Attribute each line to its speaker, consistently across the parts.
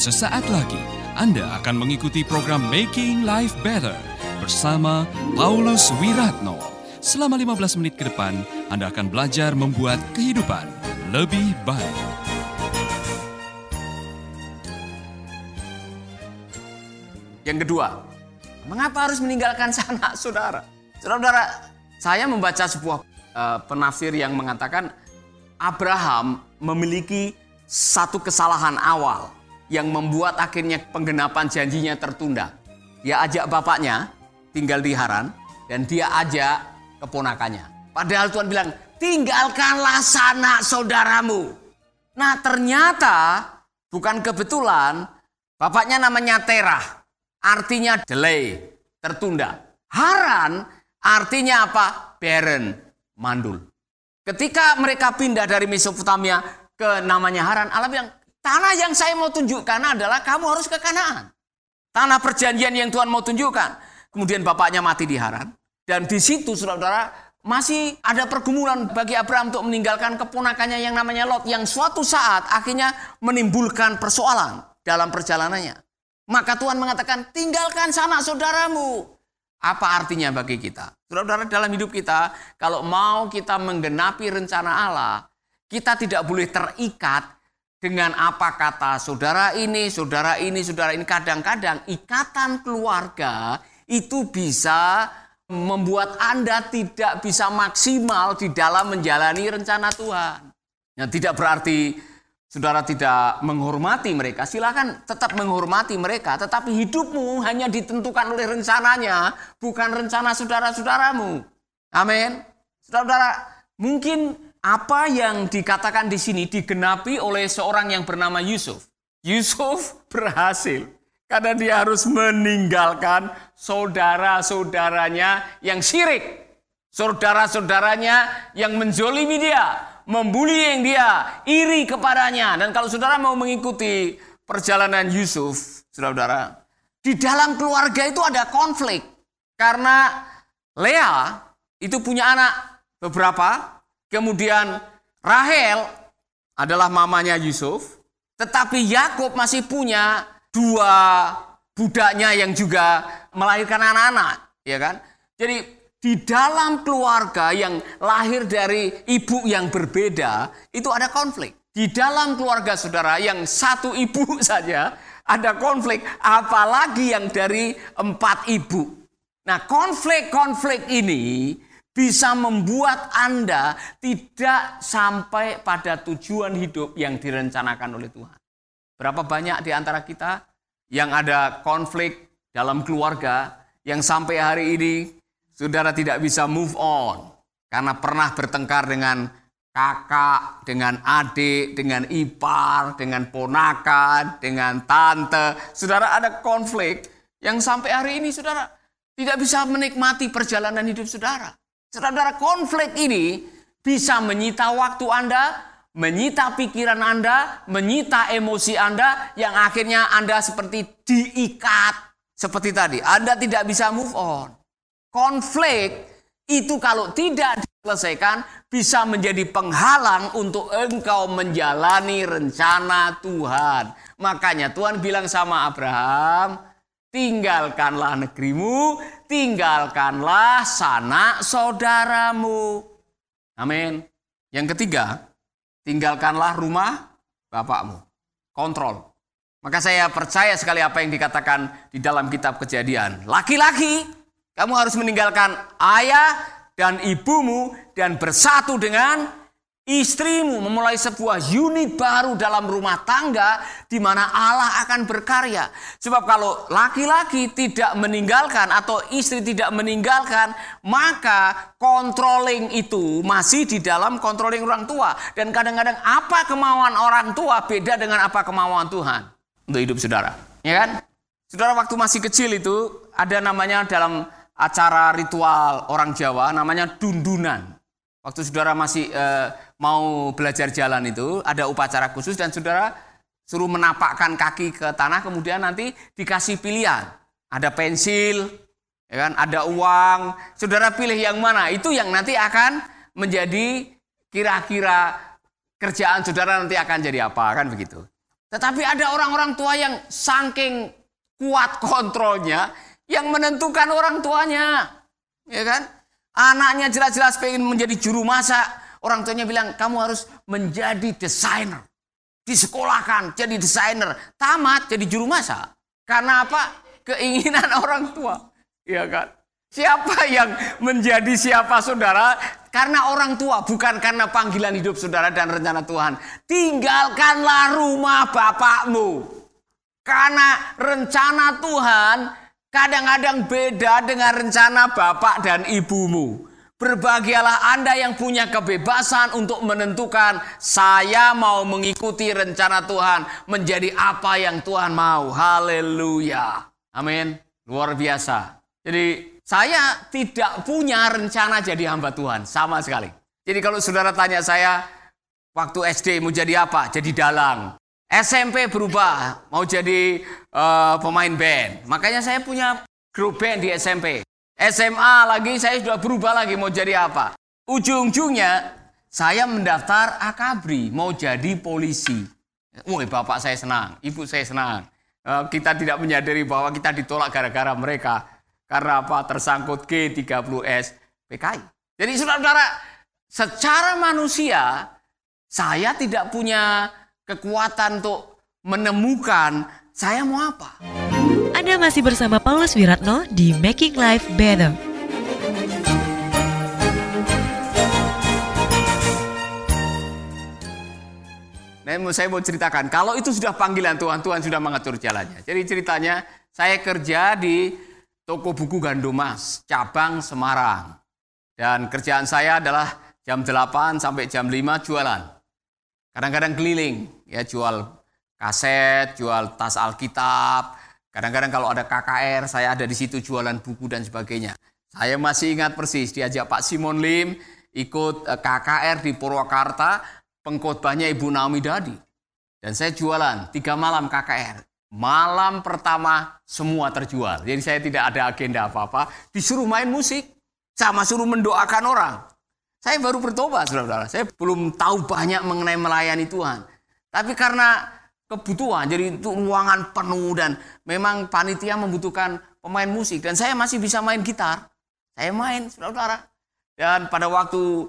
Speaker 1: Sesaat lagi Anda akan mengikuti program Making Life Better bersama Paulus Wiratno. Selama 15 menit ke depan, Anda akan belajar membuat kehidupan lebih baik.
Speaker 2: Yang kedua, mengapa harus meninggalkan sanak saudara? Saudara-saudara, saya membaca sebuah penafsir yang mengatakan Abraham memiliki satu kesalahan awal yang membuat akhirnya penggenapan janjinya tertunda. Dia ajak bapaknya tinggal di Haran dan dia ajak keponakannya. Padahal Tuhan bilang, tinggalkanlah sanak saudaramu. Nah ternyata bukan kebetulan bapaknya namanya Terah, artinya delay, tertunda. Haran artinya apa? Barren, mandul. Ketika mereka pindah dari Mesopotamia ke namanya Haran, Allah bilang, tanah yang saya mau tunjukkan adalah kamu harus ke Kanaan. Tanah perjanjian yang Tuhan mau tunjukkan. Kemudian bapaknya mati di Haran. Dan di situ saudara-saudara masih ada pergumulan bagi Abraham untuk meninggalkan keponakannya yang namanya Lot. Yang suatu saat akhirnya menimbulkan persoalan dalam perjalanannya. Maka Tuhan mengatakan, tinggalkan sanak saudaramu. Apa artinya bagi kita? Saudara-saudara, dalam hidup kita, kalau mau kita menggenapi rencana Allah, kita tidak boleh terikat dengan apa kata saudara ini, saudara ini, saudara ini. Kadang-kadang ikatan keluarga itu bisa membuat Anda tidak bisa maksimal di dalam menjalani rencana Tuhan. Yang tidak berarti saudara tidak menghormati mereka. Silakan tetap menghormati mereka. Tetapi hidupmu hanya ditentukan oleh rencananya, bukan rencana saudara-saudaramu. Amin. Saudara-saudara, mungkin apa yang dikatakan di sini digenapi oleh seorang yang bernama Yusuf. Yusuf berhasil karena dia harus meninggalkan saudara-saudaranya yang syirik. Saudara-saudaranya yang menzolimi dia, membuli dia, iri kepadanya. Dan kalau saudara mau mengikuti perjalanan Yusuf, saudara-saudara, di dalam keluarga itu ada konflik. Karena Lea itu punya anak beberapa. Kemudian Rahel adalah mamanya Yusuf, tetapi Yakub masih punya dua budaknya yang juga melahirkan anak-anak, ya kan? Jadi di dalam keluarga yang lahir dari ibu yang berbeda, itu ada konflik. Di dalam keluarga saudara yang satu ibu saja ada konflik, apalagi yang dari 4 ibu. Nah, konflik-konflik ini bisa membuat Anda tidak sampai pada tujuan hidup yang direncanakan oleh Tuhan. Berapa banyak di antara kita yang ada konflik dalam keluarga yang sampai hari ini saudara tidak bisa move on karena pernah bertengkar dengan kakak, dengan adik, dengan ipar, dengan ponakan, dengan tante. Saudara ada konflik yang sampai hari ini saudara tidak bisa menikmati perjalanan hidup saudara. Saudara, konflik ini bisa menyita waktu Anda, menyita pikiran Anda, menyita emosi Anda, yang akhirnya Anda seperti diikat. Seperti tadi, Anda tidak bisa move on. Konflik itu kalau tidak diselesaikan bisa menjadi penghalang untuk engkau menjalani rencana Tuhan. Makanya Tuhan bilang sama Abraham, tinggalkanlah negerimu, tinggalkanlah sanak saudaramu. Amin. Yang ketiga, tinggalkanlah rumah bapakmu. Kontrol. Maka saya percaya sekali apa yang dikatakan di dalam kitab Kejadian. Laki-laki, kamu harus meninggalkan ayah dan ibumu dan bersatu dengan istrimu, memulai sebuah unit baru dalam rumah tangga di mana Allah akan berkarya. Sebab kalau laki-laki tidak meninggalkan atau istri tidak meninggalkan, maka controlling itu masih di dalam controlling orang tua. Dan kadang-kadang apa kemauan orang tua beda dengan apa kemauan Tuhan untuk hidup saudara. Ya kan? Saudara waktu masih kecil itu ada namanya dalam acara ritual orang Jawa namanya dundunan. Waktu saudara masih mau belajar jalan itu, ada upacara khusus dan saudara suruh menapakkan kaki ke tanah, kemudian nanti dikasih pilihan. Ada pensil, ya kan? Ada uang, saudara pilih yang mana. Itu yang nanti akan menjadi kira-kira kerjaan saudara nanti akan jadi apa, kan begitu. Tetapi ada orang-orang tua yang saking kuat kontrolnya yang menentukan orang tuanya. Ya kan? Anaknya jelas-jelas pengen menjadi juru masak. Orang tuanya bilang, kamu harus menjadi desainer. Disekolahkan jadi desainer. Tamat jadi juru masak. Karena apa? Keinginan orang tua. Ya kan? Siapa yang menjadi siapa saudara? Karena orang tua, bukan karena panggilan hidup saudara dan rencana Tuhan. Tinggalkanlah rumah bapakmu. Karena rencana Tuhan kadang-kadang beda dengan rencana bapak dan ibumu. Berbahagialah Anda yang punya kebebasan untuk menentukan, saya mau mengikuti rencana Tuhan, menjadi apa yang Tuhan mau. Haleluya. Amin. Luar biasa. Jadi saya tidak punya rencana jadi hamba Tuhan sama sekali. Jadi kalau saudara tanya saya, waktu SD mau jadi apa? Jadi dalang. SMP berubah, mau jadi pemain band. Makanya saya punya grup band di SMP. SMA lagi saya sudah berubah lagi mau jadi apa. Ujung-ujungnya saya mendaftar akabri, mau jadi polisi. Bapak saya senang, ibu saya senang. Kita tidak menyadari bahwa kita ditolak gara-gara mereka. Karena apa? Tersangkut G30S PKI. Jadi saudara-saudara, secara manusia saya tidak punya kekuatan untuk menemukan saya mau apa.
Speaker 3: Anda masih bersama Paulus Wiratno di Making Life Better.
Speaker 2: Nah, saya mau ceritakan, kalau itu sudah panggilan Tuhan, Tuhan sudah mengatur jalannya. Jadi ceritanya, saya kerja di toko buku Gandomas, cabang Semarang. Dan kerjaan saya adalah jam 8 sampai jam 5 jualan. Kadang-kadang keliling, ya jual kaset, jual tas Alkitab. Kadang-kadang kalau ada KKR, saya ada di situ jualan buku dan sebagainya. Saya masih ingat persis, diajak Pak Simon Lim ikut KKR di Purwakarta, pengkhotbahnya Ibu Naomi Dodi. Dan saya jualan 3 malam KKR. Malam pertama semua terjual. Jadi saya tidak ada agenda apa-apa. Disuruh main musik, sama suruh mendoakan orang. Saya baru bertobat, saudara-saudara. Saya belum tahu banyak mengenai melayani Tuhan. Tapi karena kebutuhan, jadi itu ruangan penuh dan memang panitia membutuhkan pemain musik. Dan saya masih bisa main gitar. Saya main, saudara-saudara. Dan pada waktu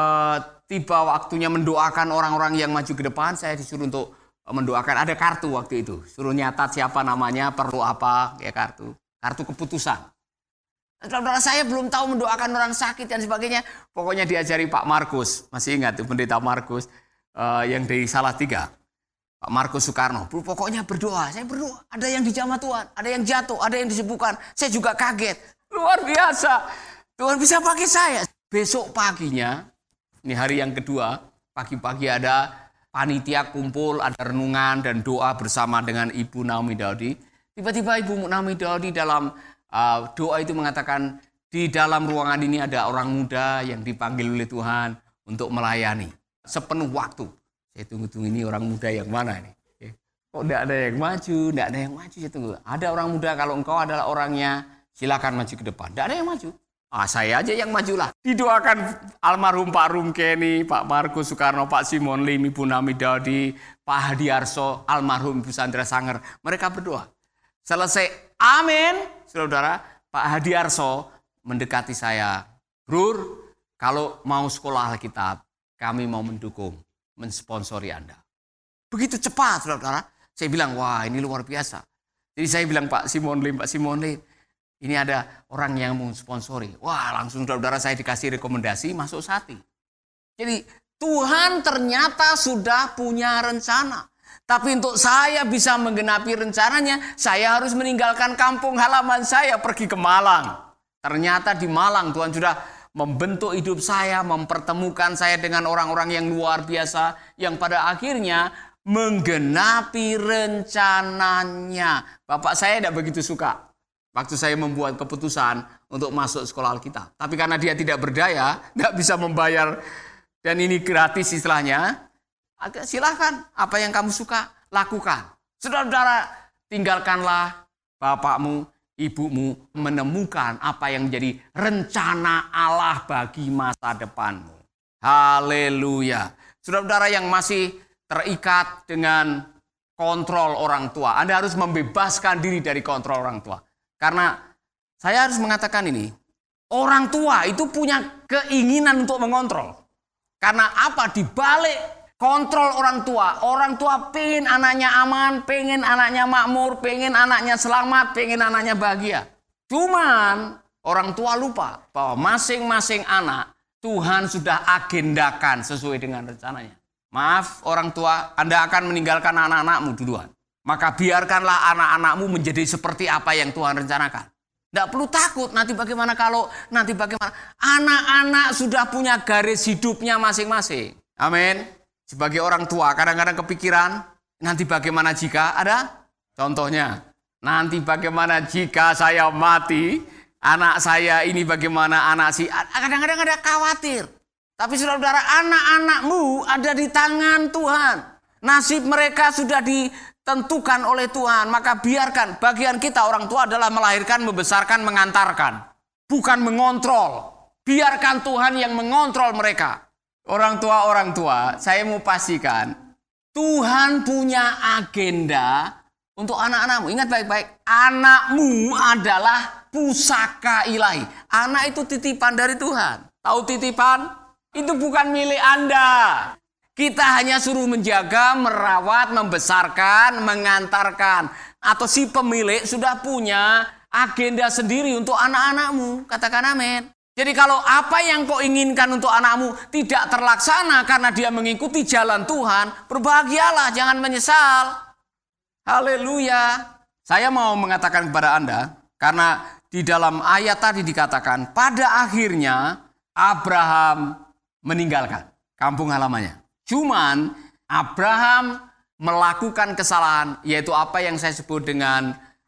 Speaker 2: tiba waktunya mendoakan orang-orang yang maju ke depan, saya disuruh untuk mendoakan. Ada kartu waktu itu. Suruh nyatat siapa namanya, perlu apa, ya kartu. Kartu keputusan. Saudara, saya belum tahu mendoakan orang sakit dan sebagainya. Pokoknya diajari Pak Markus. Masih ingat tuh pendeta Markus yang dari Salatiga. Pak Markus Soekarno. Pokoknya berdoa. Saya berdoa. Ada yang dijamah Tuhan. Ada yang jatuh. Ada yang disembuhkan. Saya juga kaget. Luar biasa. Tuhan bisa pakai saya. Besok paginya, ini hari yang kedua. Pagi-pagi ada panitia kumpul. Ada renungan dan doa bersama dengan Ibu Naomi Dodi. Tiba-tiba Ibu Naomi Dodi dalam doa itu mengatakan, di dalam ruangan ini ada orang muda yang dipanggil oleh Tuhan untuk melayani sepenuh waktu. Saya tunggu-tunggu ini orang muda yang mana ini? Kok tidak ada yang maju, tidak ada yang maju. Saya tunggu. Ada orang muda, kalau engkau adalah orangnya, silakan maju ke depan. Tidak ada yang maju. Saya aja yang majulah. Didoakan almarhum Pak Rum Kenny, Pak Markus Soekarno, Pak Simon Lim, Ibu Naomi Dodi, Pak Hadiarso, almarhum Ibu Sandra Sanger. Mereka berdoa. Selesai, amin. Saudara, Pak Hadiarso mendekati saya. Brur, kalau mau sekolah Alkitab, kami mau mendukung, mensponsori Anda. Begitu cepat, saudara. Saya bilang, wah ini luar biasa. Jadi saya bilang, Pak Simon Lim, ini ada orang yang mau sponsori. Wah, langsung saudara saya dikasih rekomendasi, masuk Sati. Jadi Tuhan ternyata sudah punya rencana. Tapi untuk saya bisa menggenapi rencananya, saya harus meninggalkan kampung halaman saya, pergi ke Malang. Ternyata di Malang Tuhan sudah membentuk hidup saya, mempertemukan saya dengan orang-orang yang luar biasa, yang pada akhirnya menggenapi rencananya. Bapak saya tidak begitu suka waktu saya membuat keputusan untuk masuk sekolah Alkitab. Tapi karena dia tidak berdaya, tidak bisa membayar, dan ini gratis istilahnya, silahkan, apa yang kamu suka, lakukan. Saudara-saudara, tinggalkanlah bapakmu, ibumu menemukan apa yang menjadi rencana Allah bagi masa depanmu. Haleluya. Saudara-saudara yang masih terikat dengan kontrol orang tua. Anda harus membebaskan diri dari kontrol orang tua. Karena saya harus mengatakan ini, orang tua itu punya keinginan untuk mengontrol. Karena apa? Di balik kontrol orang tua pengen anaknya aman, pengen anaknya makmur, pengen anaknya selamat, pengen anaknya bahagia. Cuman orang tua lupa bahwa masing-masing anak Tuhan sudah agendakan sesuai dengan rencananya. Maaf orang tua, Anda akan meninggalkan anak-anakmu duluan. Maka biarkanlah anak-anakmu menjadi seperti apa yang Tuhan rencanakan. Tidak perlu takut, nanti bagaimana. Anak-anak sudah punya garis hidupnya masing-masing. Amin. Sebagai orang tua kadang-kadang kepikiran, nanti bagaimana jika ada? Contohnya, nanti bagaimana jika saya mati, anak saya ini bagaimana, kadang-kadang ada khawatir. Tapi saudara-saudara, anak-anakmu ada di tangan Tuhan. Nasib mereka sudah ditentukan oleh Tuhan. Maka biarkan, bagian kita orang tua adalah melahirkan, membesarkan, mengantarkan. Bukan mengontrol. Biarkan Tuhan yang mengontrol mereka. Orang tua, saya mau pastikan, Tuhan punya agenda untuk anak-anakmu. Ingat baik-baik, anakmu adalah pusaka ilahi. Anak itu titipan dari Tuhan. Tahu titipan? Itu bukan milik Anda. Kita hanya suruh menjaga, merawat, membesarkan, mengantarkan. Atau si pemilik sudah punya agenda sendiri untuk anak-anakmu. Katakan amin. Jadi kalau apa yang kau inginkan untuk anakmu tidak terlaksana karena dia mengikuti jalan Tuhan, berbahagialah, jangan menyesal. Haleluya. Saya mau mengatakan kepada Anda, karena di dalam ayat tadi dikatakan, pada akhirnya Abraham meninggalkan kampung halamannya. Cuman Abraham melakukan kesalahan, yaitu apa yang saya sebut dengan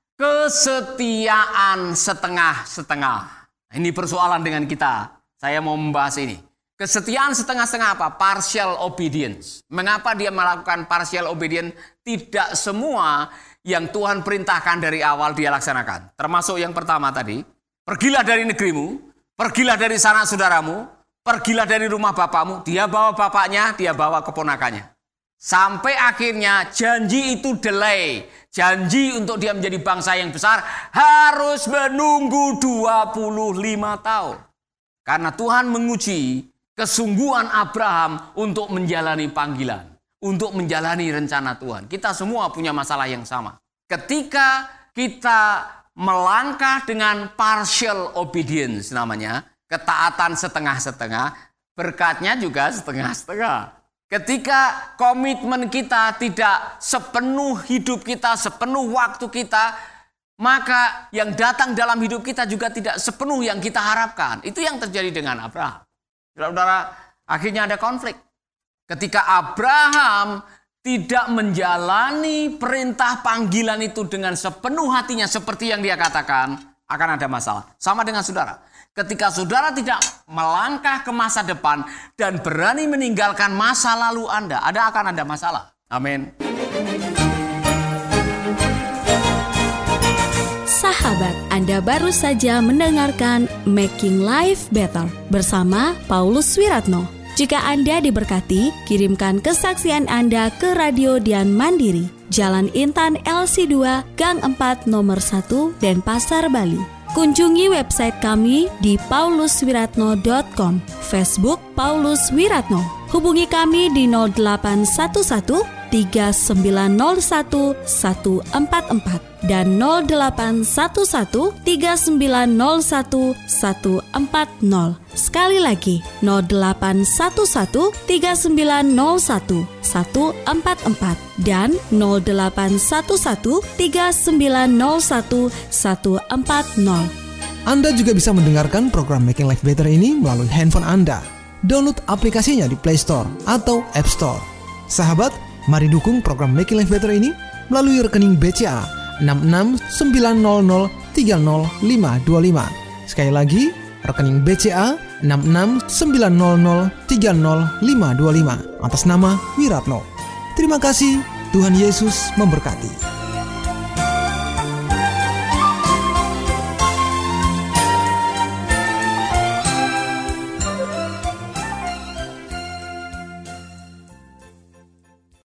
Speaker 2: kesetiaan setengah-setengah. Ini persoalan dengan kita. Saya mau membahas ini. Kesetiaan setengah-setengah apa? Partial obedience. Mengapa dia melakukan partial obedience? Tidak semua yang Tuhan perintahkan dari awal dia laksanakan. Termasuk yang pertama tadi. Pergilah dari negerimu. Pergilah dari sanak saudaramu. Pergilah dari rumah bapakmu. Dia bawa bapaknya, dia bawa keponakannya. Sampai akhirnya janji itu delay. Janji untuk dia menjadi bangsa yang besar harus menunggu 25 tahun. Karena Tuhan menguji kesungguhan Abraham untuk menjalani panggilan. Untuk menjalani rencana Tuhan. Kita semua punya masalah yang sama. Ketika kita melangkah dengan partial obedience namanya, ketaatan setengah-setengah, berkatnya juga setengah-setengah. Ketika komitmen kita tidak sepenuh hidup kita, sepenuh waktu kita, maka yang datang dalam hidup kita juga tidak sepenuh yang kita harapkan. Itu yang terjadi dengan Abraham. Saudara-saudara, akhirnya ada konflik. Ketika Abraham tidak menjalani perintah panggilan itu dengan sepenuh hatinya seperti yang dia katakan, akan ada masalah. Sama dengan saudara. Ketika saudara tidak melangkah ke masa depan dan berani meninggalkan masa lalu Anda, akan ada masalah. Amin.
Speaker 4: Sahabat, Anda baru saja mendengarkan Making Life Better bersama Paulus Wiratno. Jika Anda diberkati, kirimkan kesaksian Anda ke Radio Dian Mandiri, Jalan Intan LC2, Gang 4, Nomor 1, Denpasar, Bali. Kunjungi website kami di pauluswiratno.com, Facebook Paulus Wiratno. Hubungi kami di 0811 3901 144 dan 0811 3901 140. Sekali lagi 0811 3901 144 dan 0811 3901 140.
Speaker 5: Anda juga bisa mendengarkan program Making Life Better ini melalui handphone Anda. Download aplikasinya di Play Store atau App Store. Sahabat, mari dukung program Making Life Better ini melalui rekening BCA 6690300525. Sekali lagi, rekening BCA 6690300525 atas nama Wiratno. Terima kasih, Tuhan Yesus memberkati.